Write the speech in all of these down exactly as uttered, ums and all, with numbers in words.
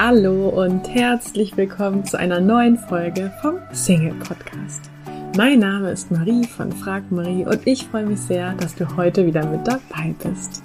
Hallo und herzlich willkommen zu einer neuen Folge vom Single Podcast. Mein Name ist Marie von Frag Marie und ich freue mich sehr, dass du heute wieder mit dabei bist.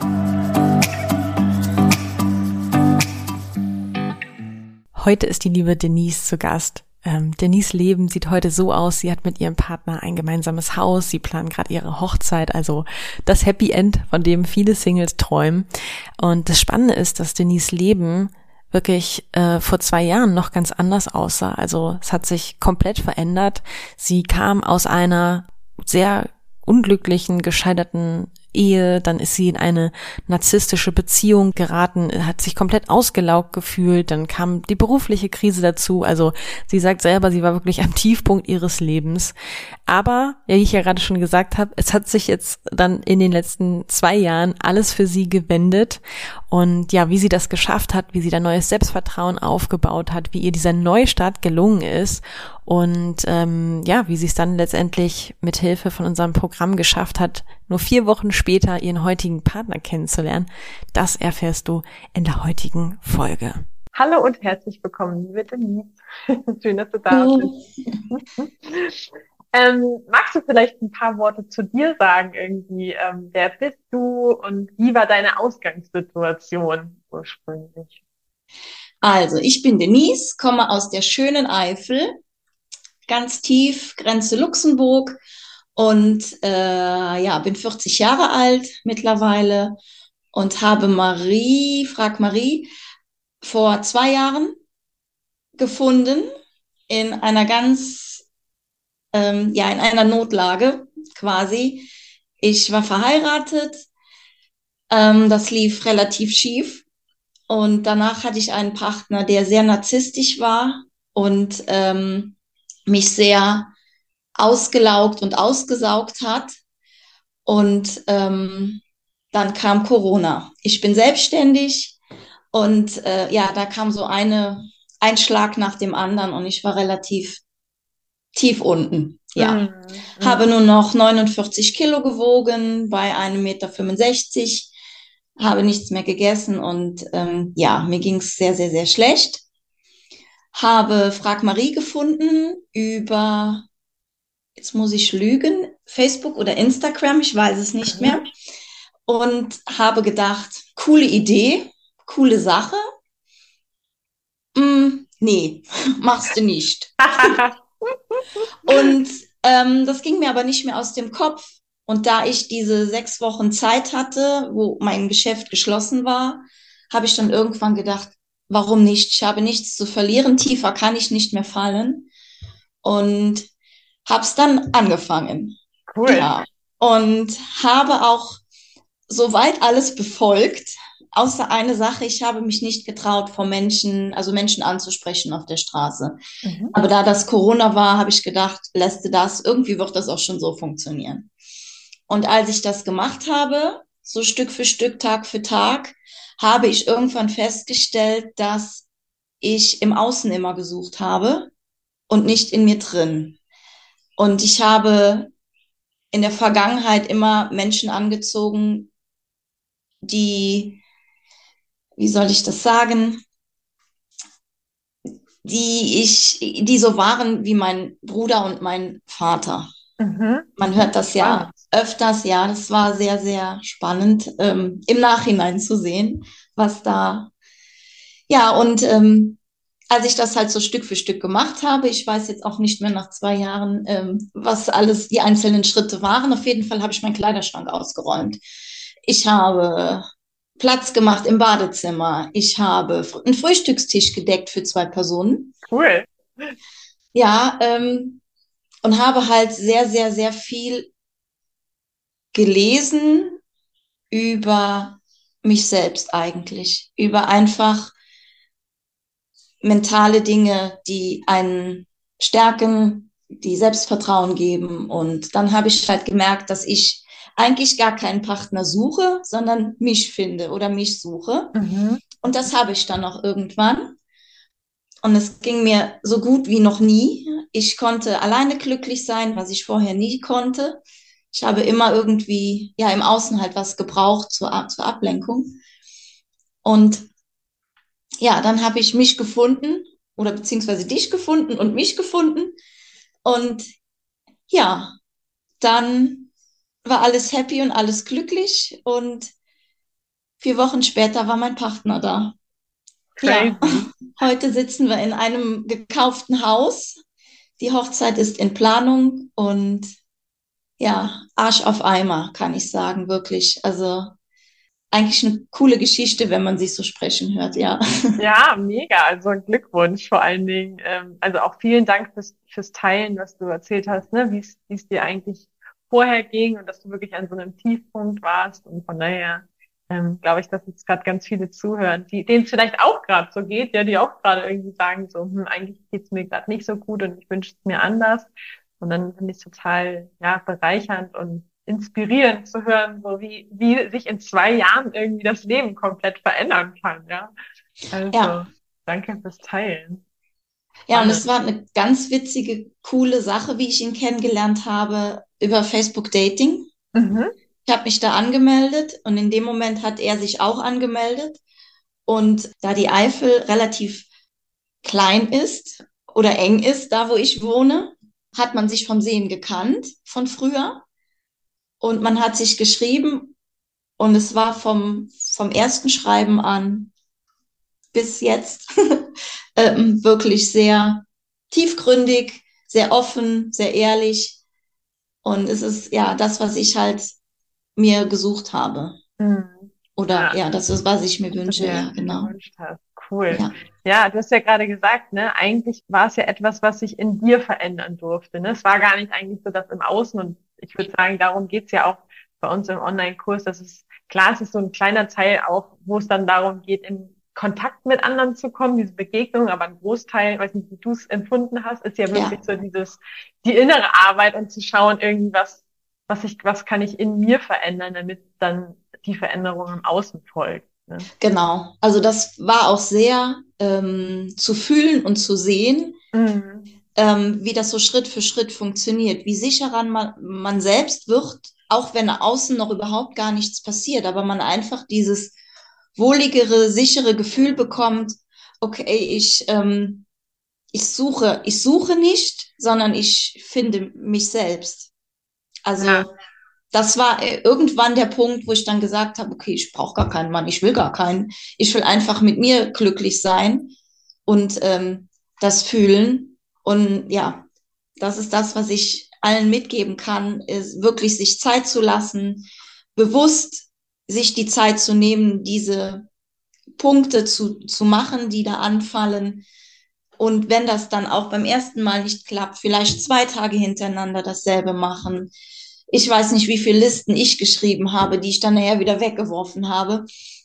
Heute ist die liebe Denise zu Gast. Ähm, Denise Leben sieht heute so aus, sie hat mit ihrem Partner ein gemeinsames Haus, sie planen gerade ihre Hochzeit, also das Happy End, von dem viele Singles träumen. Und das Spannende ist, dass Denise Leben wirklich äh, vor zwei Jahren noch ganz anders aussah. Also es hat sich komplett verändert. Sie kam aus einer sehr unglücklichen, gescheiterten Ehe, dann ist sie in eine narzisstische Beziehung geraten, hat sich komplett ausgelaugt gefühlt, dann kam die berufliche Krise dazu, also sie sagt selber, sie war wirklich am Tiefpunkt ihres Lebens, aber, ja, wie ich ja gerade schon gesagt habe, es hat sich jetzt dann in den letzten zwei Jahren alles für sie gewendet und ja, wie sie das geschafft hat, wie sie da neues Selbstvertrauen aufgebaut hat, wie ihr dieser Neustart gelungen ist und ähm, ja, wie sie es dann letztendlich mit Hilfe von unserem Programm geschafft hat, nur vier Wochen später ihren heutigen Partner kennenzulernen, das erfährst du in der heutigen Folge. Hallo und herzlich willkommen, liebe Denise. Schön, dass du da bist. ähm, magst du vielleicht ein paar Worte zu dir sagen irgendwie? Ähm, wer bist du und wie war deine Ausgangssituation ursprünglich? Also, ich bin Denise, komme aus der schönen Eifel, ganz tief, Grenze Luxemburg. Und äh, ja, bin vierzig Jahre alt mittlerweile und habe Marie, Frag Marie, vor zwei Jahren gefunden in einer ganz, ähm, ja, in einer Notlage quasi. Ich war verheiratet, ähm, das lief relativ schief und danach hatte ich einen Partner, der sehr narzisstisch war und ähm, mich sehr ausgelaugt und ausgesaugt hat. Und ähm, dann kam Corona. Ich bin selbstständig und äh, ja, da kam so eine, ein Schlag nach dem anderen und ich war relativ tief unten. Ja, Mhm. habe nur noch neunundvierzig Kilo gewogen bei einem Meter fünfundsechzig, habe nichts mehr gegessen und ähm, ja, mir ging es sehr, sehr, sehr schlecht. Habe Frag Marie gefunden über, jetzt muss ich lügen, Facebook oder Instagram, ich weiß es nicht Mhm. mehr. Und habe gedacht, coole Idee, coole Sache. Mm, nee, machst du nicht. Und ähm, das ging mir aber nicht mehr aus dem Kopf. Und da ich diese sechs Wochen Zeit hatte, wo mein Geschäft geschlossen war, habe ich dann irgendwann gedacht, warum nicht? Ich habe nichts zu verlieren, tiefer kann ich nicht mehr fallen. Und habe es dann angefangen. Cool. Ja, und habe auch soweit alles befolgt, außer eine Sache, ich habe mich nicht getraut, vor Menschen, also Menschen anzusprechen auf der Straße. Mhm. Aber da das Corona war, habe ich gedacht, lässt du das, irgendwie wird das auch schon so funktionieren. Und als ich das gemacht habe, so Stück für Stück, Tag für Tag, habe ich irgendwann festgestellt, dass ich im Außen immer gesucht habe und nicht in mir drin. Und ich habe in der Vergangenheit immer Menschen angezogen, die, wie soll ich das sagen, die ich, die so waren wie mein Bruder und mein Vater. Mhm. Man hört das ja Spannend. öfters, ja, das war sehr, sehr spannend, ähm, im Nachhinein zu sehen, was da, ja, und ähm, als ich das halt so Stück für Stück gemacht habe, ich weiß jetzt auch nicht mehr nach zwei Jahren, ähm, was alles die einzelnen Schritte waren. Auf jeden Fall habe ich meinen Kleiderschrank ausgeräumt. Ich habe Platz gemacht im Badezimmer. Ich habe einen Frühstückstisch gedeckt für zwei Personen. Cool. Ja, ähm, und habe halt sehr, sehr, sehr viel gelesen über mich selbst eigentlich, über einfach mentale Dinge, die einen stärken, die Selbstvertrauen geben. Und dann habe ich halt gemerkt, dass ich eigentlich gar keinen Partner suche, sondern mich finde oder mich suche. Mhm. Und das habe ich dann auch irgendwann. Und es ging mir so gut wie noch nie. Ich konnte alleine glücklich sein, was ich vorher nie konnte. Ich habe immer irgendwie, ja, im Außen halt was gebraucht zur, zur Ablenkung. Und ja, dann habe ich mich gefunden oder beziehungsweise dich gefunden und mich gefunden. Und ja, dann war alles happy und alles glücklich. Und vier Wochen später war mein Partner da. Ja, Crazy. heute sitzen wir in einem gekauften Haus. Die Hochzeit ist in Planung und ja, Arsch auf Eimer, kann ich sagen, wirklich. Also eigentlich eine coole Geschichte, wenn man sie so sprechen hört, ja. Ja, mega. Also Glückwunsch vor allen Dingen. Ähm, also auch vielen Dank fürs, fürs Teilen, was du erzählt hast, ne, wie es, wie es dir eigentlich vorher ging und dass du wirklich an so einem Tiefpunkt warst. Und von daher ähm, glaube ich, dass jetzt gerade ganz viele zuhören, die, denen es vielleicht auch gerade so geht, ja, die auch gerade irgendwie sagen so, hm, eigentlich geht's mir gerade nicht so gut und ich wünsche es mir anders. Und dann finde ich es total, ja, bereichernd und inspirierend zu hören, so wie, wie sich in zwei Jahren irgendwie das Leben komplett verändern kann, ja. Also, Ja, danke fürs Teilen. ja, und es Spannend. war eine ganz witzige, coole Sache, wie ich ihn kennengelernt habe über Facebook Dating. Mhm. Ich habe mich da angemeldet und in dem Moment hat er sich auch angemeldet. Und da die Eifel relativ klein ist oder eng ist, da wo ich wohne, hat man sich vom Sehen gekannt von früher und man hat sich geschrieben und es war vom, vom ersten Schreiben an bis jetzt ähm, wirklich sehr tiefgründig, sehr offen, sehr ehrlich und es ist ja das, was ich halt mir gesucht habe. Mhm. Oder Ja, ja, das ist, was ich mir was du wünsche, dir ja, genau. gewünscht hast. Cool. Ja, Ja, du hast ja gerade gesagt, ne, eigentlich war es ja etwas, was sich in dir verändern durfte, ne? Es war gar nicht eigentlich so das im Außen und ich würde sagen, darum geht's ja auch bei uns im Online-Kurs, dass es, klar, es ist so ein kleiner Teil auch, wo es dann darum geht, in Kontakt mit anderen zu kommen, diese Begegnung, aber ein Großteil, weiß nicht, wie du es empfunden hast, ist ja wirklich ja, so dieses, die innere Arbeit und zu schauen, irgendwie was, was ich, was kann ich in mir verändern, damit dann die Veränderung im Außen folgt, ne? genau. Also das war auch sehr ähm, zu fühlen und zu sehen, Mhm. ähm, wie das so Schritt für Schritt funktioniert, wie sicherer man, man selbst wird, auch wenn außen noch überhaupt gar nichts passiert, aber man einfach dieses wohligere, sichere Gefühl bekommt, okay, ich, ähm, ich suche, ich suche nicht, sondern ich finde mich selbst. Ja, Also das war äh, irgendwann der Punkt, wo ich dann gesagt habe, okay, ich brauche gar keinen Mann, ich will gar keinen. Ich will einfach mit mir glücklich sein und ähm, das fühlen. Und ja, das ist das, was ich allen mitgeben kann, ist wirklich sich Zeit zu lassen, bewusst sich die Zeit zu nehmen, diese Punkte zu, zu machen, die da anfallen. Und wenn das dann auch beim ersten Mal nicht klappt, vielleicht zwei Tage hintereinander dasselbe machen. Ich weiß nicht, wie viele Listen ich geschrieben habe, die ich dann nachher wieder weggeworfen habe.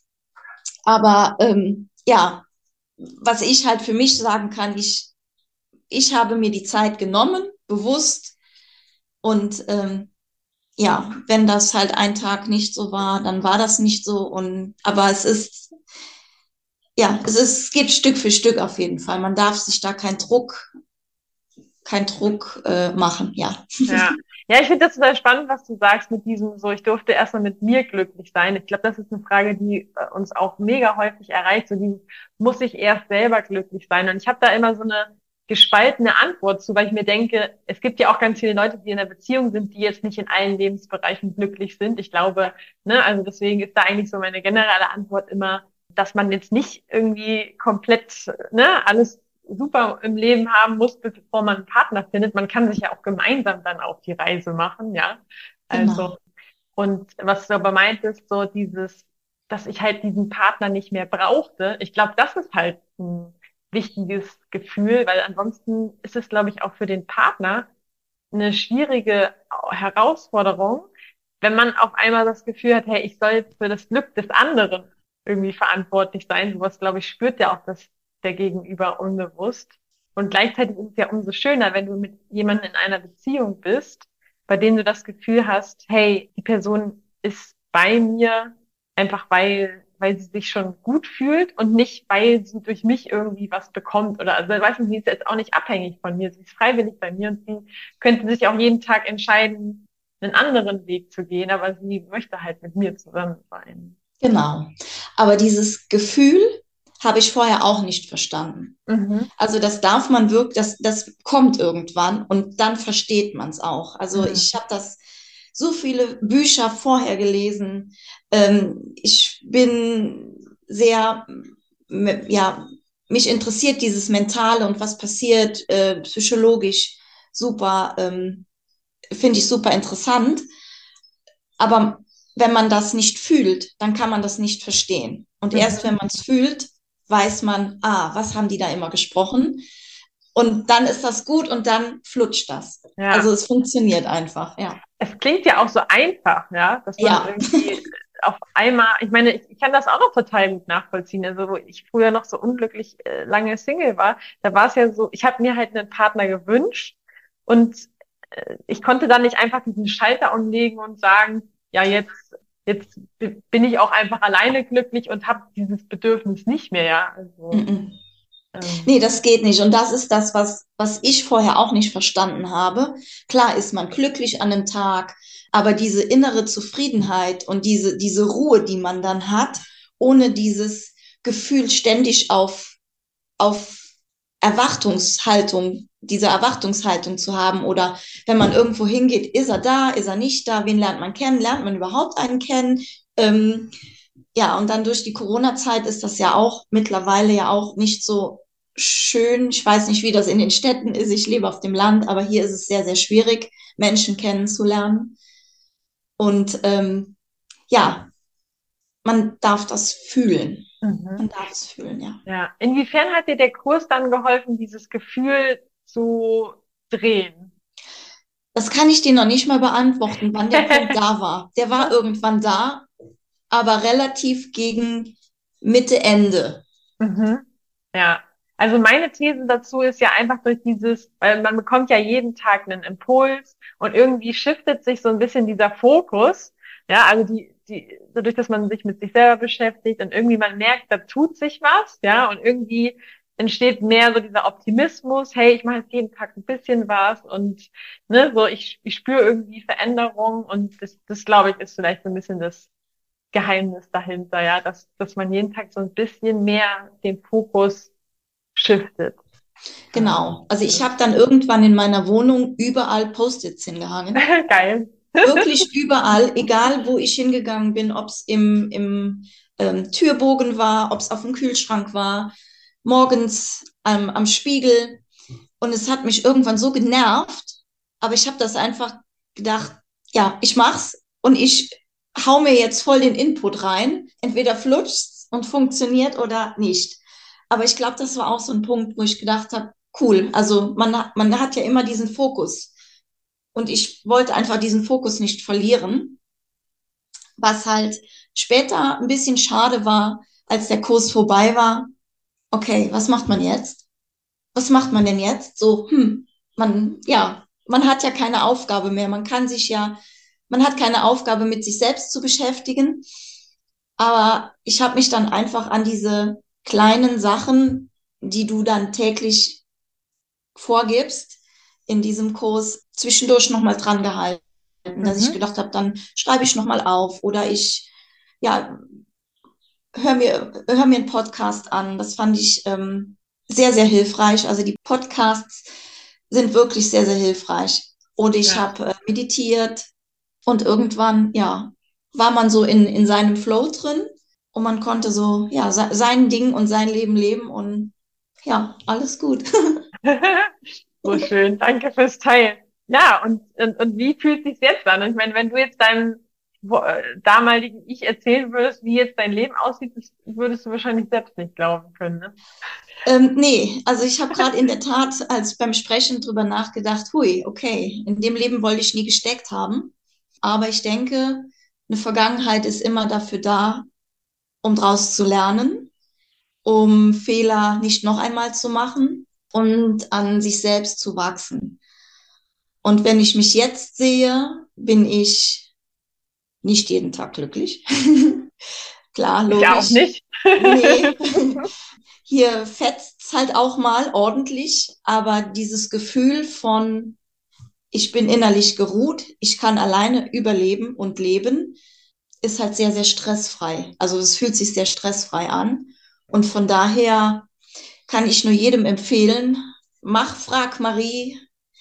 Aber ähm, ja, was ich halt für mich sagen kann, ich, ich habe mir die Zeit genommen, bewusst. Und ähm, ja, wenn das halt ein Tag nicht so war, dann war das nicht so. Und aber es ist, ja, es ist, es geht Stück für Stück auf jeden Fall. Man darf sich da keinen Druck, keinen Druck äh, machen, ja. ja. Ja, ich finde das total spannend, was du sagst mit diesem so, ich durfte erstmal mit mir glücklich sein. Ich glaube, das ist eine Frage, die äh, uns auch mega häufig erreicht. So dieses, muss ich erst selber glücklich sein? Und ich habe da immer so eine gespaltene Antwort zu, weil ich mir denke, es gibt ja auch ganz viele Leute, die in einer Beziehung sind, die jetzt nicht in allen Lebensbereichen glücklich sind. Ich glaube, ne, also deswegen ist da eigentlich so meine generelle Antwort immer, dass man jetzt nicht irgendwie komplett, ne, alles super im Leben haben muss, bevor man einen Partner findet. Man kann sich ja auch gemeinsam dann auf die Reise machen, ja. Also, Genau, und was du aber meintest, so dieses, dass ich halt diesen Partner nicht mehr brauchte. Ich glaube, das ist halt ein wichtiges Gefühl, weil ansonsten ist es, glaube ich, auch für den Partner eine schwierige Herausforderung, wenn man auf einmal das Gefühl hat, hey, ich soll jetzt für das Glück des anderen irgendwie verantwortlich sein. Sowas, glaube ich, spürt ja auch das, der Gegenüber unbewusst. Und gleichzeitig ist es ja umso schöner, wenn du mit jemandem in einer Beziehung bist, bei dem du das Gefühl hast, hey, die Person ist bei mir, einfach weil, weil sie sich schon gut fühlt und nicht, weil sie durch mich irgendwie was bekommt oder, also, weißt du, sie ist jetzt auch nicht abhängig von mir, sie ist freiwillig bei mir und sie könnte sich auch jeden Tag entscheiden, einen anderen Weg zu gehen, aber sie möchte halt mit mir zusammen sein. genau. Aber dieses Gefühl, habe ich vorher auch nicht verstanden. Mhm. Also das darf man wirklich, das, das kommt irgendwann und dann versteht man es auch. Also Mhm. ich habe das so viele Bücher vorher gelesen. Ähm, ich bin sehr, m- ja, mich interessiert dieses Mentale und was passiert äh, psychologisch super, ähm, finde ich super interessant. Aber wenn man das nicht fühlt, dann kann man das nicht verstehen. Und erst wenn Mhm. man es fühlt, weiß man, ah, was haben die da immer gesprochen? Und dann ist das gut und dann flutscht das. Ja. Also es funktioniert einfach, ja. Es klingt ja auch so einfach, ja, dass man Ja, irgendwie auf einmal, ich meine, ich, ich kann das auch noch total gut nachvollziehen. Also wo ich früher noch so unglücklich äh, lange Single war, da war es ja so, ich habe mir halt einen Partner gewünscht und äh, ich konnte dann nicht einfach diesen Schalter umlegen und sagen, ja, jetzt jetzt b- bin ich auch einfach alleine glücklich und habe dieses Bedürfnis nicht mehr, ja. mm Also -mm. ähm, Nee, das geht nicht. Und das ist das, was, was ich vorher auch nicht verstanden habe. Klar ist man glücklich an einem Tag, aber diese innere Zufriedenheit und diese, diese Ruhe, die man dann hat, ohne dieses Gefühl ständig auf, auf Erwartungshaltung, diese Erwartungshaltung zu haben oder wenn man irgendwo hingeht, ist er da, ist er nicht da, wen lernt man kennen, lernt man überhaupt einen kennen? Ähm, ja, und dann durch die Corona-Zeit ist das ja auch mittlerweile ja auch nicht so schön. Ich weiß nicht, wie das in den Städten ist. Ich lebe auf dem Land, aber hier ist es sehr, sehr schwierig, Menschen kennenzulernen. Und ähm, ja, man darf das fühlen. mhm. Man darf es fühlen, ja. Ja. Inwiefern hat dir der Kurs dann geholfen, dieses Gefühl zu drehen? Das kann ich dir noch nicht mal beantworten, wann der Punkt da war. Der war irgendwann da, aber relativ gegen Mitte, Ende. Mhm. Ja, also meine These dazu ist ja einfach durch dieses, weil man bekommt ja jeden Tag einen Impuls und irgendwie shiftet sich so ein bisschen dieser Fokus. Ja, also die, die, dadurch, dass man sich mit sich selber beschäftigt und irgendwie man merkt, da tut sich was, ja, und irgendwie entsteht mehr so dieser Optimismus, hey, ich mache jetzt jeden Tag ein bisschen was und ne, so ich, ich spüre irgendwie Veränderung und das, das glaube ich, ist vielleicht so ein bisschen das Geheimnis dahinter, ja, dass, dass man jeden Tag so ein bisschen mehr den Fokus shiftet. Genau. Also ich habe dann irgendwann in meiner Wohnung überall Post-its hingehangen. Geil. Wirklich überall, egal wo ich hingegangen bin, ob es im, im ähm, Türbogen war, ob es auf dem Kühlschrank war, morgens ähm, am Spiegel. Und es hat mich irgendwann so genervt, aber ich habe das einfach gedacht, ja, ich mach's und ich hau mir jetzt voll den Input rein. Entweder flutscht's und funktioniert oder nicht. Aber ich glaube, das war auch so ein Punkt, wo ich gedacht habe, cool, also man, hat- man hat ja immer diesen Fokus. Und ich wollte einfach diesen Fokus nicht verlieren, was halt später ein bisschen schade war, als der Kurs vorbei war. Okay, was macht man jetzt? Was macht man denn jetzt? So, hm, man, ja, man hat ja keine Aufgabe mehr. Man kann sich ja, man hat keine Aufgabe, mit sich selbst zu beschäftigen. Aber ich habe mich dann einfach an diese kleinen Sachen, die du dann täglich vorgibst, in diesem Kurs zwischendurch nochmal dran gehalten, dass ich Mhm. gedacht habe, dann schreibe ich nochmal auf oder ich, ja, hör mir, hör mir einen Podcast an. Das fand ich ähm, sehr, sehr hilfreich. Also die Podcasts sind wirklich sehr, sehr hilfreich. Und ich Ja. habe äh, meditiert und irgendwann, ja, war man so in, in seinem Flow drin und man konnte so, ja, se sein Ding und sein Leben leben und ja, alles gut. So schön. Danke fürs Teilen. Ja, und, und, und wie fühlt sich's jetzt an? Ich meine, wenn du jetzt deinem wo- äh, damaligen Ich erzählen würdest, wie jetzt dein Leben aussieht, das würdest du wahrscheinlich selbst nicht glauben können, ne? Ähm, nee, also ich habe gerade in der Tat als beim Sprechen drüber nachgedacht, hui, okay, in dem Leben wollte ich nie gesteckt haben. Aber ich denke, eine Vergangenheit ist immer dafür da, um daraus zu lernen, um Fehler nicht noch einmal zu machen und an sich selbst zu wachsen. Und wenn ich mich jetzt sehe, bin ich nicht jeden Tag glücklich. Klar, Ich auch logisch. nicht. Nee, hier fetzt's halt auch mal ordentlich, aber dieses Gefühl von, ich bin innerlich geruht, ich kann alleine überleben und leben, ist halt sehr, sehr stressfrei. Also es fühlt sich sehr stressfrei an. Und von daher kann ich nur jedem empfehlen, mach, frag Marie,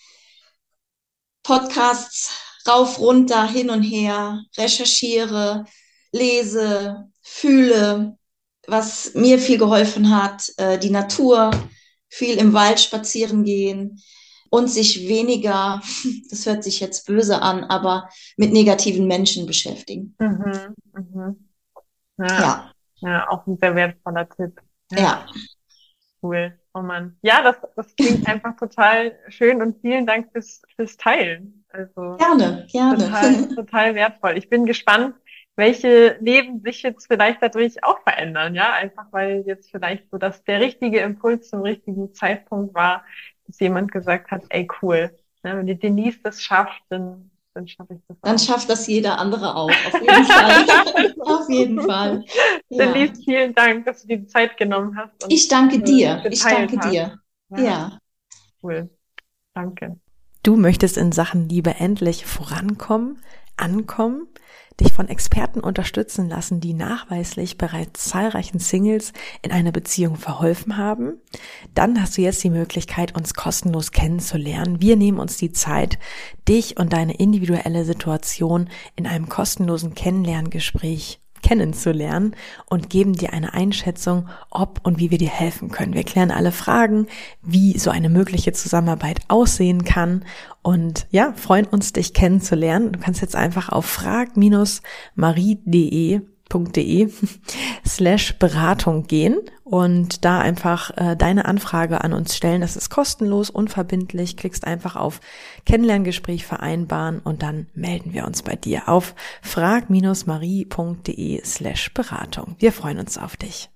Podcasts rauf, runter, hin und her, recherchiere, lese, fühle, was mir viel geholfen hat, äh, die Natur, viel im Wald spazieren gehen und sich weniger, das hört sich jetzt böse an, aber mit negativen Menschen beschäftigen. Mhm, mhm. Ja, Ja. ja, auch ein sehr wertvoller Tipp. Ja. Cool. Oh Mann. Ja, das, das klingt einfach total schön und vielen Dank fürs, fürs Teilen. Also Gerne, gerne. total, total wertvoll. Ich bin gespannt, welche Leben sich jetzt vielleicht dadurch auch verändern, ja, einfach weil jetzt vielleicht so, dass der richtige Impuls zum richtigen Zeitpunkt war, dass jemand gesagt hat, ey, cool, ne, wenn die Denise das schafft, dann, dann schaffe ich das auch. Dann schafft das jeder andere auch, auf jeden Fall. Auf jeden Fall. Ja. Denise, vielen Dank, dass du dir die Zeit genommen hast. Und ich danke dir, ich danke hast. dir. Ja. ja. Cool. Danke. Du möchtest in Sachen Liebe endlich vorankommen, ankommen, dich von Experten unterstützen lassen, die nachweislich bereits zahlreichen Singles in einer Beziehung verholfen haben? Dann hast du jetzt die Möglichkeit, uns kostenlos kennenzulernen. Wir nehmen uns die Zeit, dich und deine individuelle Situation in einem kostenlosen Kennenlerngespräch kennenzulernen und geben dir eine Einschätzung, ob und wie wir dir helfen können. Wir klären alle Fragen, wie so eine mögliche Zusammenarbeit aussehen kann und ja, freuen uns, dich kennenzulernen. Du kannst jetzt einfach auf frag marie.de .de slash Beratung gehen und da einfach äh, deine Anfrage an uns stellen. Das ist kostenlos, unverbindlich. Klickst einfach auf Kennenlerngespräch vereinbaren und dann melden wir uns bei dir auf frag marie.de slash Beratung. Wir freuen uns auf dich.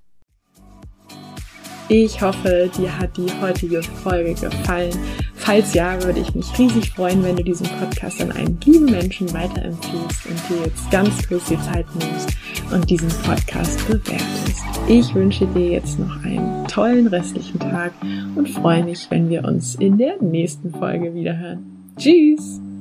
Ich hoffe, dir hat die heutige Folge gefallen. Falls ja, würde ich mich riesig freuen, wenn du diesen Podcast an einen lieben Menschen weiterempfiehlst und dir jetzt ganz kurz die Zeit nimmst und diesen Podcast bewertest. Ich wünsche dir jetzt noch einen tollen restlichen Tag und freue mich, wenn wir uns in der nächsten Folge wiederhören. Tschüss!